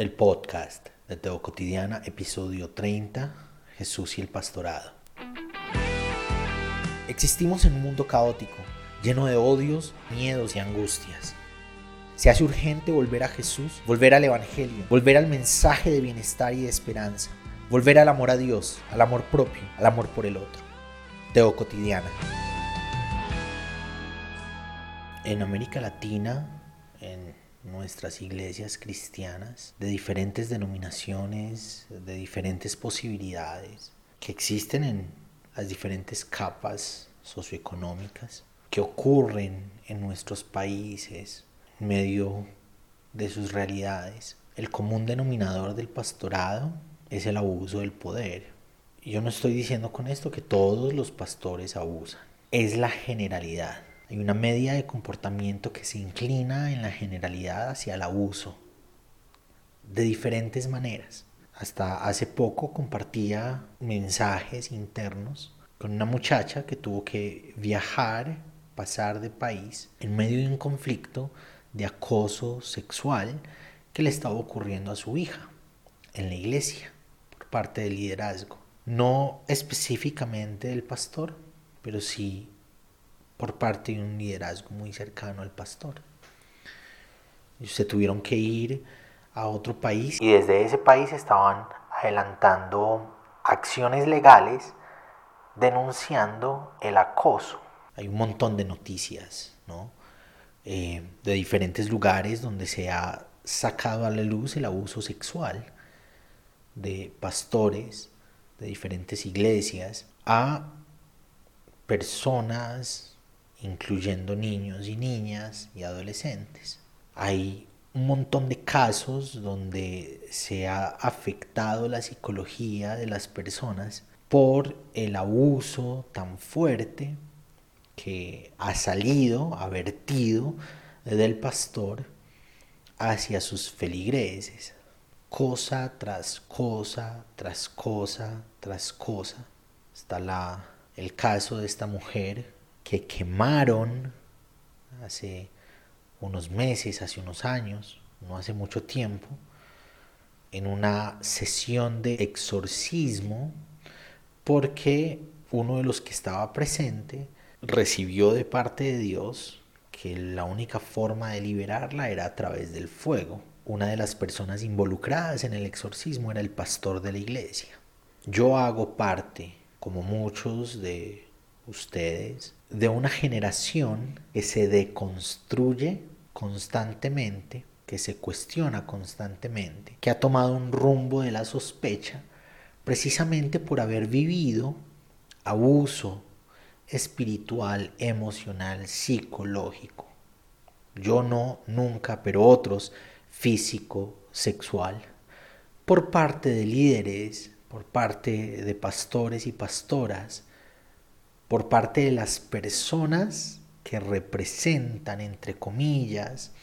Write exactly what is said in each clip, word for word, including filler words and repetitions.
el podcast de Teo Cotidiana, episodio treinta, Jesús y el pastorado. Existimos en un mundo caótico, lleno de odios, miedos y angustias. Se hace urgente volver a Jesús, volver al Evangelio, volver al mensaje de bienestar y de esperanza, volver al amor a Dios, al amor propio, al amor por el otro. Teo Cotidiana. En América Latina, en nuestras iglesias cristianas, de diferentes denominaciones, de diferentes posibilidades, que existen en las diferentes capas socioeconómicas, que ocurren en nuestros países, en medio de sus realidades. El común denominador del pastorado es el abuso del poder. Yo no estoy diciendo con esto que todos los pastores abusan, es la generalidad. Hay una media de comportamiento que se inclina en la generalidad hacia el abuso, de diferentes maneras. Hasta hace poco compartía mensajes internos con una muchacha que tuvo que viajar, pasar de país, en medio de un conflicto de acoso sexual que le estaba ocurriendo a su hija en la iglesia por parte del liderazgo. No específicamente del pastor, pero sí por parte de un liderazgo muy cercano al pastor. Se tuvieron que ir a otro país y desde ese país estaban adelantando acciones legales denunciando el acoso. Hay un montón de noticias, ¿no? Eh, de diferentes lugares donde se ha sacado a la luz el abuso sexual de pastores de diferentes iglesias a personas, incluyendo niños y niñas y adolescentes. Hay un montón de casos donde se ha afectado la psicología de las personas por el abuso tan fuerte que ha salido, ha vertido del pastor hacia sus feligreses. Cosa tras cosa, tras cosa, tras cosa. Está la, el caso de esta mujer que quemaron hace unos meses, hace unos años, no hace mucho tiempo, en una sesión de exorcismo, porque uno de los que estaba presente recibió de parte de Dios que la única forma de liberarla era a través del fuego. Una de las personas involucradas en el exorcismo era el pastor de la iglesia. Yo hago parte, como muchos de ustedes, de una generación que se deconstruye constantemente, que se cuestiona constantemente, que ha tomado un rumbo de la sospecha precisamente por haber vivido abuso espiritual, emocional, psicológico. Yo no, nunca, pero otros, físico, sexual, por parte de líderes, por parte de pastores y pastoras, por parte de las personas que representan, entre comillas,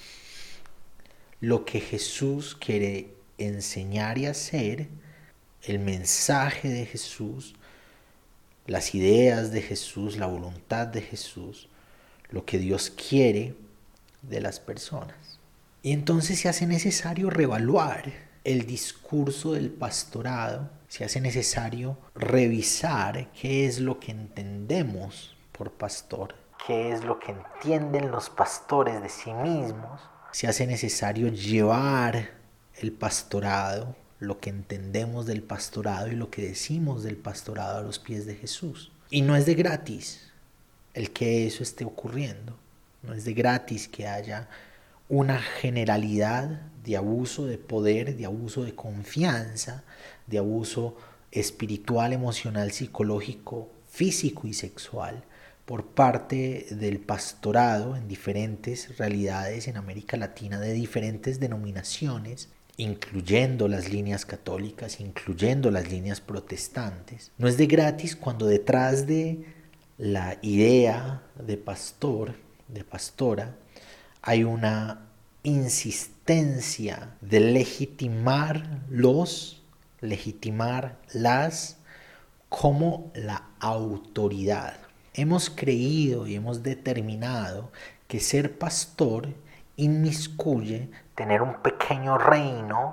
lo que Jesús quiere enseñar y hacer, el mensaje de Jesús, las ideas de Jesús, la voluntad de Jesús, lo que Dios quiere de las personas. Y entonces se hace necesario reevaluar el discurso del pastorado, se hace necesario revisar qué es lo que entendemos por pastor, qué es lo que entienden los pastores de sí mismos. Se hace necesario llevar el pastorado, lo que entendemos del pastorado y lo que decimos del pastorado a los pies de Jesús. Y no es de gratis el que eso esté ocurriendo, no es de gratis que haya una generalidad de abuso de poder, de abuso de confianza, de abuso espiritual, emocional, psicológico, físico y sexual por parte del pastorado en diferentes realidades en América Latina, de diferentes denominaciones, incluyendo las líneas católicas, incluyendo las líneas protestantes. No es de gratis cuando detrás de la idea de pastor, de pastora, hay una insistencia de legitimarlos, legitimar las como la autoridad. Hemos creído y hemos determinado que ser pastor inmiscuye tener un pequeño reino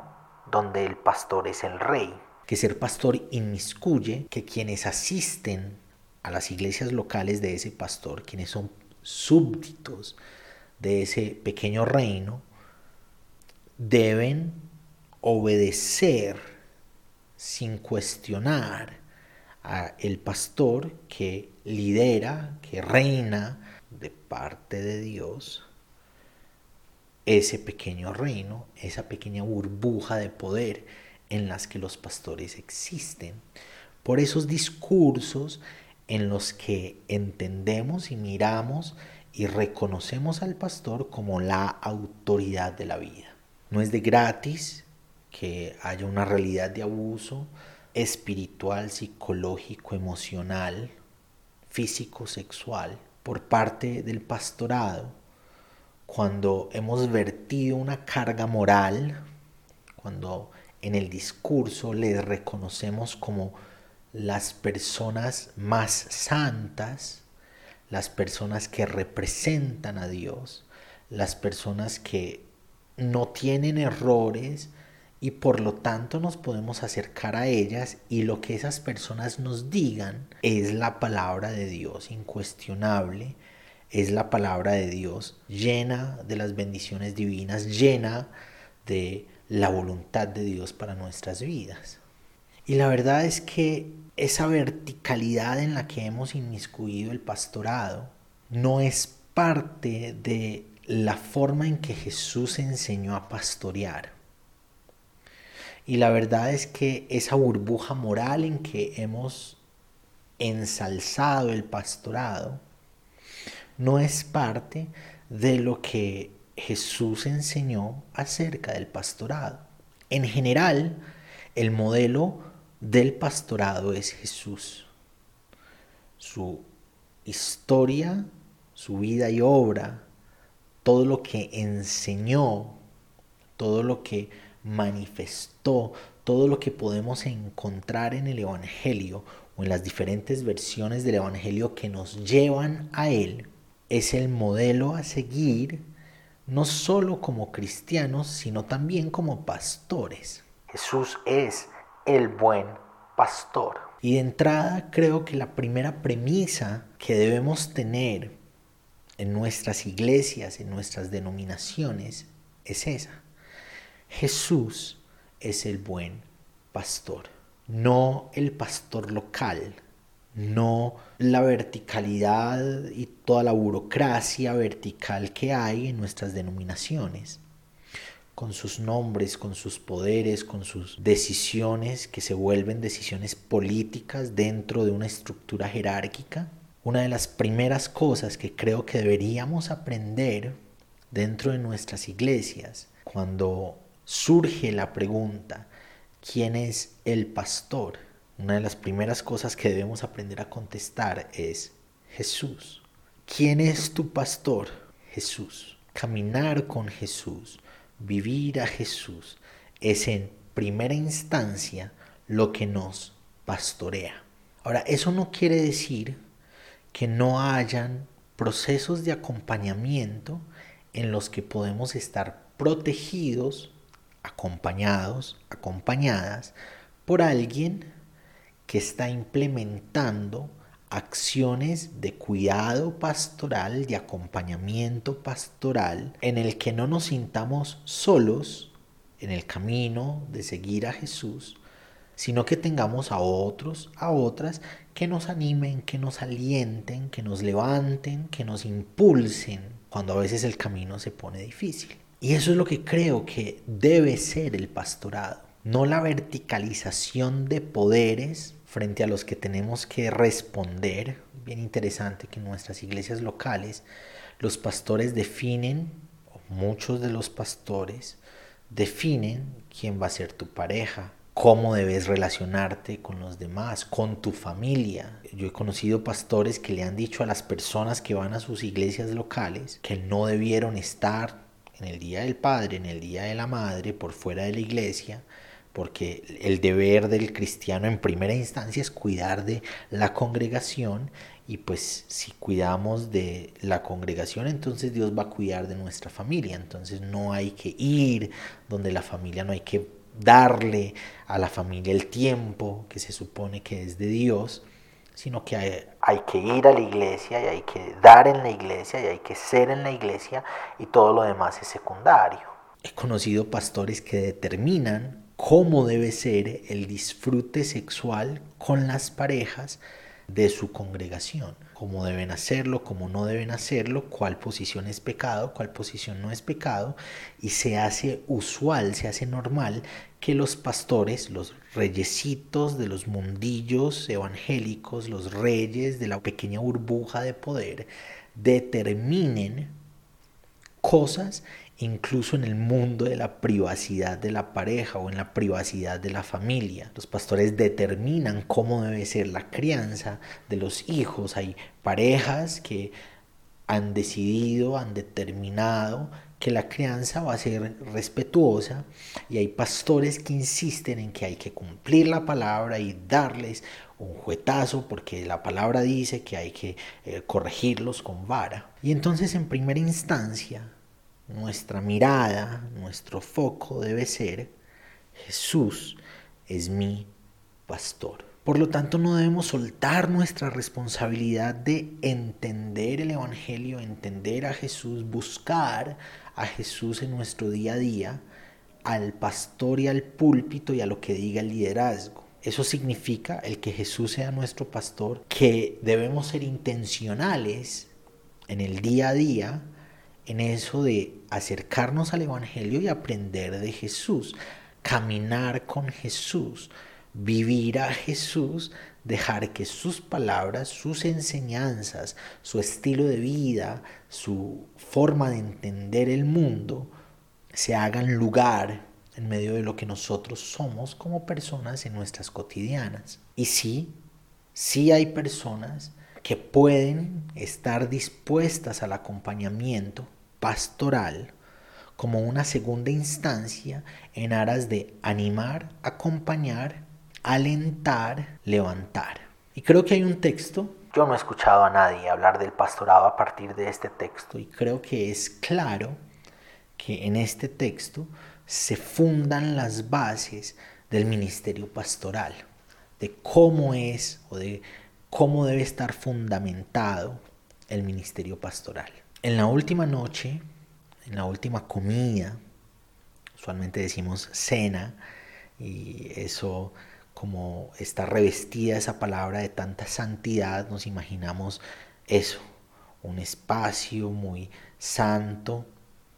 donde el pastor es el rey, que ser pastor inmiscuye que quienes asisten a las iglesias locales de ese pastor, quienes son súbditos de ese pequeño reino, deben obedecer sin cuestionar a el pastor que lidera, que reina de parte de Dios ese pequeño reino, esa pequeña burbuja de poder en las que los pastores existen. Por esos discursos en los que entendemos y miramos y reconocemos al pastor como la autoridad de la vida. No es de gratis que haya una realidad de abuso espiritual, psicológico, emocional, físico, sexual por parte del pastorado, cuando hemos vertido una carga moral, cuando en el discurso les reconocemos como las personas más santas, las personas que representan a Dios, las personas que no tienen errores y por lo tanto nos podemos acercar a ellas y lo que esas personas nos digan es la palabra de Dios incuestionable, es la palabra de Dios llena de las bendiciones divinas, llena de la voluntad de Dios para nuestras vidas. Y la verdad es que esa verticalidad en la que hemos inmiscuido el pastorado no es parte de la forma en que Jesús enseñó a pastorear. Y la verdad es que esa burbuja moral en que hemos ensalzado el pastorado no es parte de lo que Jesús enseñó acerca del pastorado. En general, el modelo del pastorado es Jesús. Su historia, su vida y obra, todo lo que enseñó, todo lo que manifestó, todo lo que podemos encontrar en el Evangelio o en las diferentes versiones del Evangelio que nos llevan a Él, es el modelo a seguir, no solo como cristianos, sino también como pastores. Jesús es el buen pastor. Y de entrada creo que la primera premisa que debemos tener en nuestras iglesias, en nuestras denominaciones, es esa. Jesús es el buen pastor, no el pastor local, no la verticalidad y toda la burocracia vertical que hay en nuestras denominaciones, con sus nombres, con sus poderes, con sus decisiones que se vuelven decisiones políticas dentro de una estructura jerárquica. Una de las primeras cosas que creo que deberíamos aprender dentro de nuestras iglesias, cuando surge la pregunta, ¿quién es el pastor? Una de las primeras cosas que debemos aprender a contestar es Jesús. ¿Quién es tu pastor? Jesús. Caminar con Jesús, vivir a Jesús, es en primera instancia lo que nos pastorea. Ahora, eso no quiere decir que no hayan procesos de acompañamiento en los que podemos estar protegidos, acompañados, acompañadas por alguien que está implementando acciones de cuidado pastoral, de acompañamiento pastoral, en el que no nos sintamos solos en el camino de seguir a Jesús, sino que tengamos a otros, a otras, que nos animen, que nos alienten, que nos levanten, que nos impulsen, cuando a veces el camino se pone difícil. Y eso es lo que creo que debe ser el pastorado, no la verticalización de poderes frente a los que tenemos que responder. Bien interesante que en nuestras iglesias locales los pastores definen, o muchos de los pastores definen quién va a ser tu pareja, cómo debes relacionarte con los demás, con tu familia. Yo he conocido pastores que le han dicho a las personas que van a sus iglesias locales que no debieron estar en el Día del Padre, en el Día de la Madre, por fuera de la iglesia, porque el deber del cristiano en primera instancia es cuidar de la congregación, y pues si cuidamos de la congregación, entonces Dios va a cuidar de nuestra familia. Entonces no hay que ir donde la familia, no hay que darle a la familia el tiempo que se supone que es de Dios, sino que hay, hay que ir a la iglesia y hay que dar en la iglesia y hay que ser en la iglesia y todo lo demás es secundario. He conocido pastores que determinan cómo debe ser el disfrute sexual con las parejas de su congregación, cómo deben hacerlo, cómo no deben hacerlo, cuál posición es pecado, cuál posición no es pecado, y se hace usual, se hace normal que los pastores, los reyesitos de los mundillos evangélicos, los reyes de la pequeña burbuja de poder, determinen cosas incluso en el mundo de la privacidad de la pareja o en la privacidad de la familia. Los pastores determinan cómo debe ser la crianza de los hijos. Hay parejas que han decidido, han determinado que la crianza va a ser respetuosa y hay pastores que insisten en que hay que cumplir la palabra y darles un juetazo porque la palabra dice que hay que eh, corregirlos con vara. Y entonces en primera instancia nuestra mirada, nuestro foco debe ser: Jesús es mi pastor. Por lo tanto, no debemos soltar nuestra responsabilidad de entender el Evangelio, entender a Jesús, buscar a Jesús en nuestro día a día, al pastor y al púlpito y a lo que diga el liderazgo. Eso significa el que Jesús sea nuestro pastor, que debemos ser intencionales en el día a día, en eso de acercarnos al Evangelio y aprender de Jesús, caminar con Jesús, vivir a Jesús, dejar que sus palabras, sus enseñanzas, su estilo de vida, su forma de entender el mundo, se hagan lugar en medio de lo que nosotros somos como personas en nuestras cotidianas. Y sí, sí hay personas que pueden estar dispuestas al acompañamiento pastoral como una segunda instancia en aras de animar, acompañar, alentar, levantar. Y creo que hay un texto, yo no he escuchado a nadie hablar del pastorado a partir de este texto, y creo que es claro que en este texto se fundan las bases del ministerio pastoral, de cómo es o de cómo debe estar fundamentado el ministerio pastoral. En la última noche, en la última comida, usualmente decimos cena, y eso, como está revestida esa palabra de tanta santidad, nos imaginamos eso, un espacio muy santo,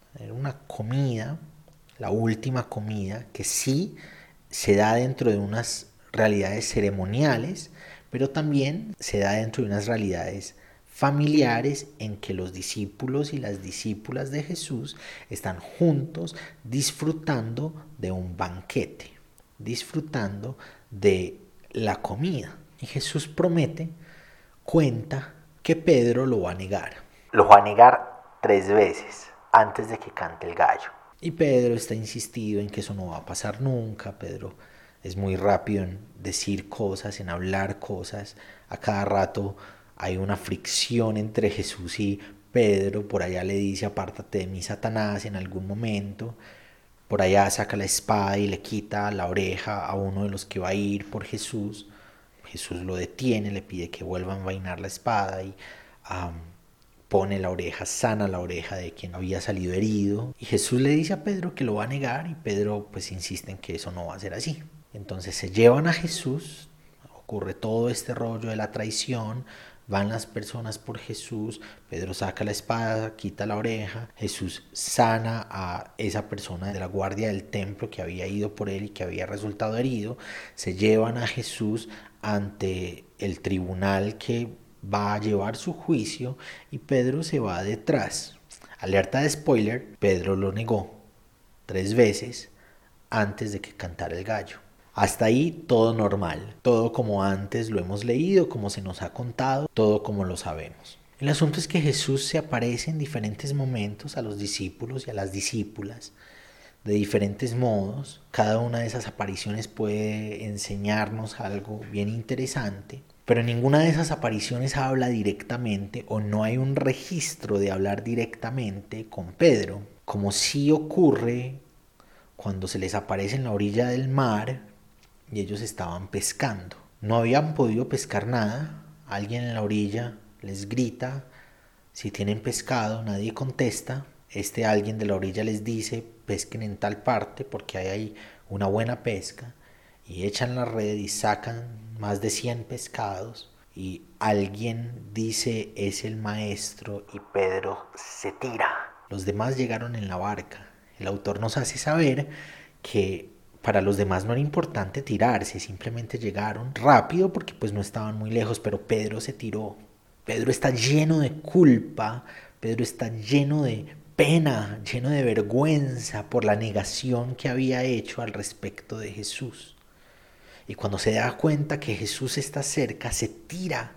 una comida, la última comida, que sí se da dentro de unas realidades ceremoniales, pero también se da dentro de unas realidades familiares en que los discípulos y las discípulas de Jesús están juntos disfrutando de un banquete, disfrutando de la comida. Y Jesús promete, cuenta que Pedro lo va a negar. Lo va a negar tres veces antes de que cante el gallo. Y Pedro está insistido en que eso no va a pasar nunca. Pedro es muy rápido en decir cosas, en hablar cosas. A cada rato hay una fricción entre Jesús y Pedro. Por allá le dice: apártate de mí, Satanás, en algún momento. Por allá saca la espada y le quita la oreja a uno de los que va a ir por Jesús. Jesús lo detiene, le pide que vuelva a envainar la espada y um, pone la oreja, sana la oreja de quien había salido herido. Y Jesús le dice a Pedro que lo va a negar, y Pedro pues insiste en que eso no va a ser así. Entonces se llevan a Jesús, ocurre todo este rollo de la traición, van las personas por Jesús, Pedro saca la espada, quita la oreja, Jesús sana a esa persona de la guardia del templo que había ido por él y que había resultado herido, se llevan a Jesús ante el tribunal que va a llevar su juicio y Pedro se va detrás. Alerta de spoiler, Pedro lo negó tres veces antes de que cantara el gallo. Hasta ahí todo normal, todo como antes lo hemos leído, como se nos ha contado, todo como lo sabemos. El asunto es que Jesús se aparece en diferentes momentos a los discípulos y a las discípulas, de diferentes modos. Cada una de esas apariciones puede enseñarnos algo bien interesante, pero ninguna de esas apariciones habla directamente, o no hay un registro de hablar directamente con Pedro, como sí ocurre cuando se les aparece en la orilla del mar y ellos estaban pescando. No habían podido pescar nada. Alguien en la orilla les grita si tienen pescado, nadie contesta. Este alguien de la orilla les dice pesquen en tal parte porque hay ahí una buena pesca, y echan la red y sacan más de cien pescados, y alguien dice es el maestro y Pedro se tira. Los demás llegaron en la barca. El autor nos hace saber que para los demás no era importante tirarse, simplemente llegaron rápido porque pues no estaban muy lejos, pero Pedro se tiró. Pedro está lleno de culpa, Pedro está lleno de pena, lleno de vergüenza por la negación que había hecho al respecto de Jesús. Y cuando se da cuenta que Jesús está cerca, se tira.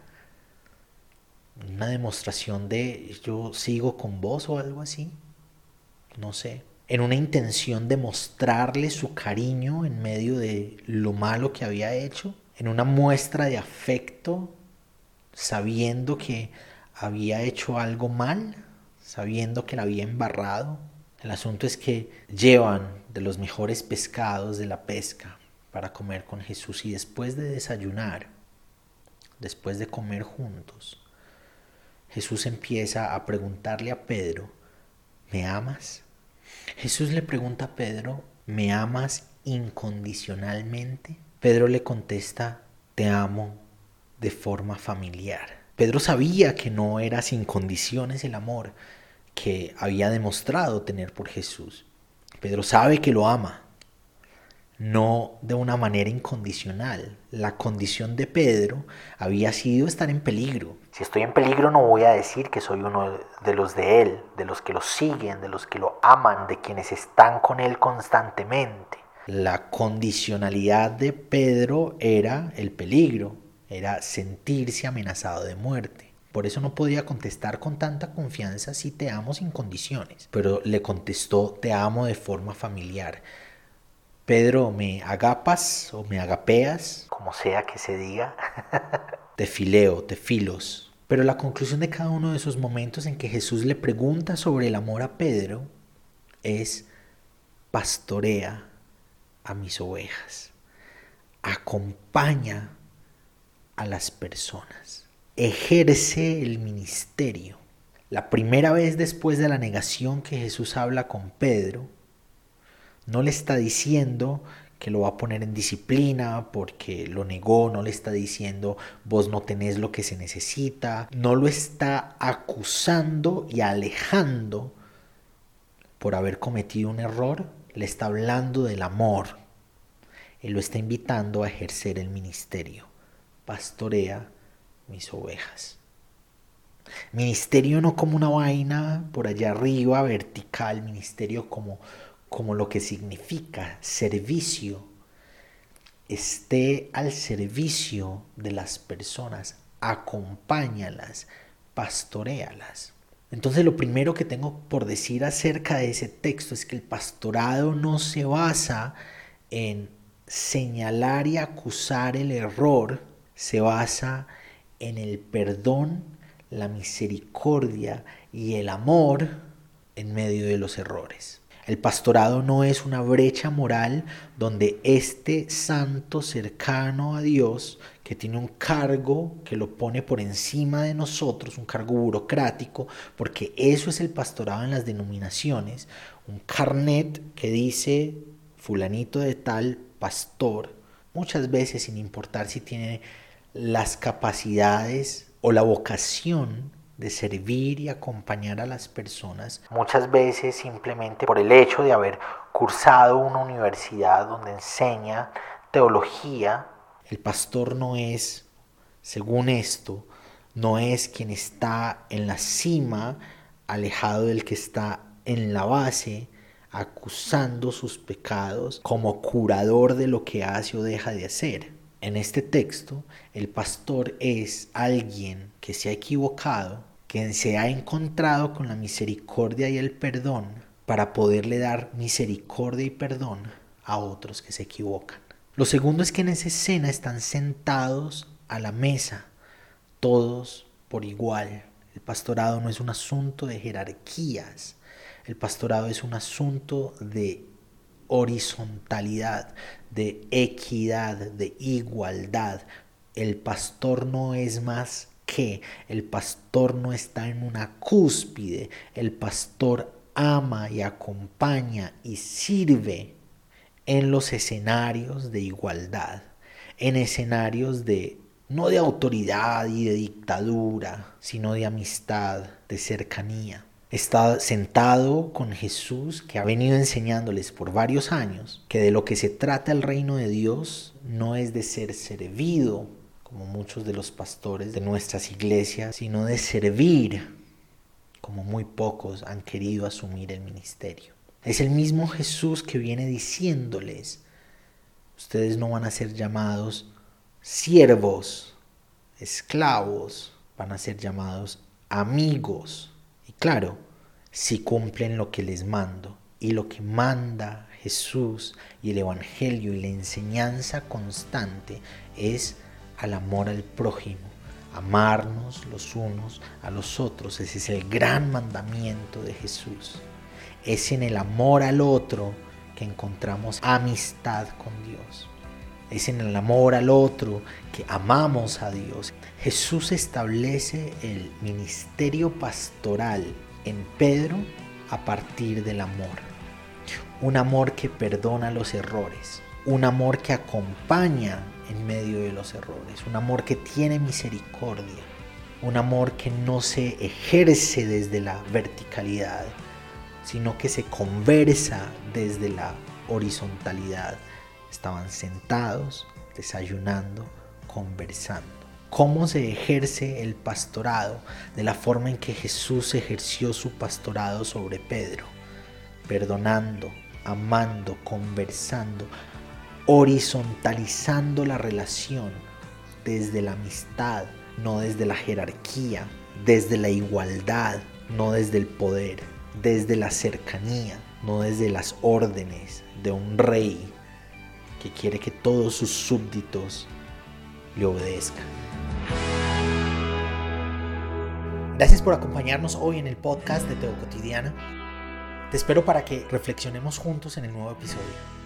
Una demostración de yo sigo con vos o algo así, no sé. En una intención de mostrarle su cariño en medio de lo malo que había hecho, en una muestra de afecto, sabiendo que había hecho algo mal, sabiendo que la había embarrado. El asunto es que llevan de los mejores pescados de la pesca para comer con Jesús, y después de desayunar, después de comer juntos, Jesús empieza a preguntarle a Pedro, ¿me amas? Jesús le pregunta a Pedro, ¿me amas incondicionalmente? Pedro le contesta, te amo de forma familiar. Pedro sabía que no era sin condiciones el amor que había demostrado tener por Jesús. Pedro sabe que lo ama, no de una manera incondicional. La condición de Pedro había sido estar en peligro. Si estoy en peligro no voy a decir que soy uno de los de él, de los que lo siguen, de los que lo aman, de quienes están con él constantemente. La condicionalidad de Pedro era el peligro, era sentirse amenazado de muerte. Por eso no podía contestar con tanta confianza si te amo sin condiciones, pero le contestó te amo de forma familiar. Pedro, ¿me agapas o me agapeas? Como sea que se diga. Te fileo, te filos. Pero la conclusión de cada uno de esos momentos en que Jesús le pregunta sobre el amor a Pedro es pastorea a mis ovejas, acompaña a las personas, ejerce el ministerio. La primera vez después de la negación que Jesús habla con Pedro, no le está diciendo que lo va a poner en disciplina porque lo negó, no le está diciendo vos no tenés lo que se necesita, no lo está acusando y alejando por haber cometido un error, le está hablando del amor. Él lo está invitando a ejercer el ministerio. Pastorea mis ovejas. Ministerio no como una vaina por allá arriba, vertical, ministerio como, como lo que significa servicio. Esté al servicio de las personas, acompáñalas, pastoréalas. Entonces lo primero que tengo por decir acerca de ese texto es que el pastorado no se basa en señalar y acusar el error, se basa en el perdón, la misericordia y el amor en medio de los errores. El pastorado no es una brecha moral donde este santo cercano a Dios, que tiene un cargo que lo pone por encima de nosotros, un cargo burocrático, porque eso es el pastorado en las denominaciones, un carnet que dice fulanito de tal pastor, muchas veces sin importar si tiene las capacidades o la vocación de servir y acompañar a las personas, muchas veces simplemente por el hecho de haber cursado una universidad donde enseña teología. El pastor no es, según esto, no es quien está en la cima, alejado del que está en la base, acusando sus pecados como curador de lo que hace o deja de hacer. En este texto, el pastor es alguien que se ha equivocado, que se ha encontrado con la misericordia y el perdón para poderle dar misericordia y perdón a otros que se equivocan. Lo segundo es que en esa escena están sentados a la mesa, todos por igual. El pastorado no es un asunto de jerarquías, el pastorado es un asunto de horizontalidad, de equidad, de igualdad. El pastor no es más que, el pastor no está en una cúspide, el pastor ama y acompaña y sirve en los escenarios de igualdad, en escenarios de no de autoridad y de dictadura, sino de amistad, de cercanía. Está sentado con Jesús, que ha venido enseñándoles por varios años que de lo que se trata el reino de Dios no es de ser servido, como muchos de los pastores de nuestras iglesias, sino de servir, como muy pocos han querido asumir el ministerio. Es el mismo Jesús que viene diciéndoles: ustedes no van a ser llamados siervos, esclavos, van a ser llamados amigos. Y claro, si cumplen lo que les mando. Y lo que manda Jesús y el Evangelio y la enseñanza constante es al amor al prójimo, amarnos los unos a los otros. Ese es el gran mandamiento de Jesús. Es en el amor al otro que encontramos amistad con Dios. Es en el amor al otro que amamos a Dios. Jesús establece el ministerio pastoral en Pedro a partir del amor. Un amor que perdona los errores. Un amor que acompaña en medio de los errores. Un amor que tiene misericordia. Un amor que no se ejerce desde la verticalidad, sino que se conversa desde la horizontalidad. Estaban sentados, desayunando, conversando. ¿Cómo se ejerce el pastorado? De la forma en que Jesús ejerció su pastorado sobre Pedro. Perdonando, amando, conversando, horizontalizando la relación desde la amistad, no desde la jerarquía, desde la igualdad, no desde el poder, desde la cercanía, no desde las órdenes de un rey que quiere que todos sus súbditos le obedezcan. Gracias por acompañarnos hoy en el podcast de Teo Cotidiana. Te espero para que reflexionemos juntos en el nuevo episodio.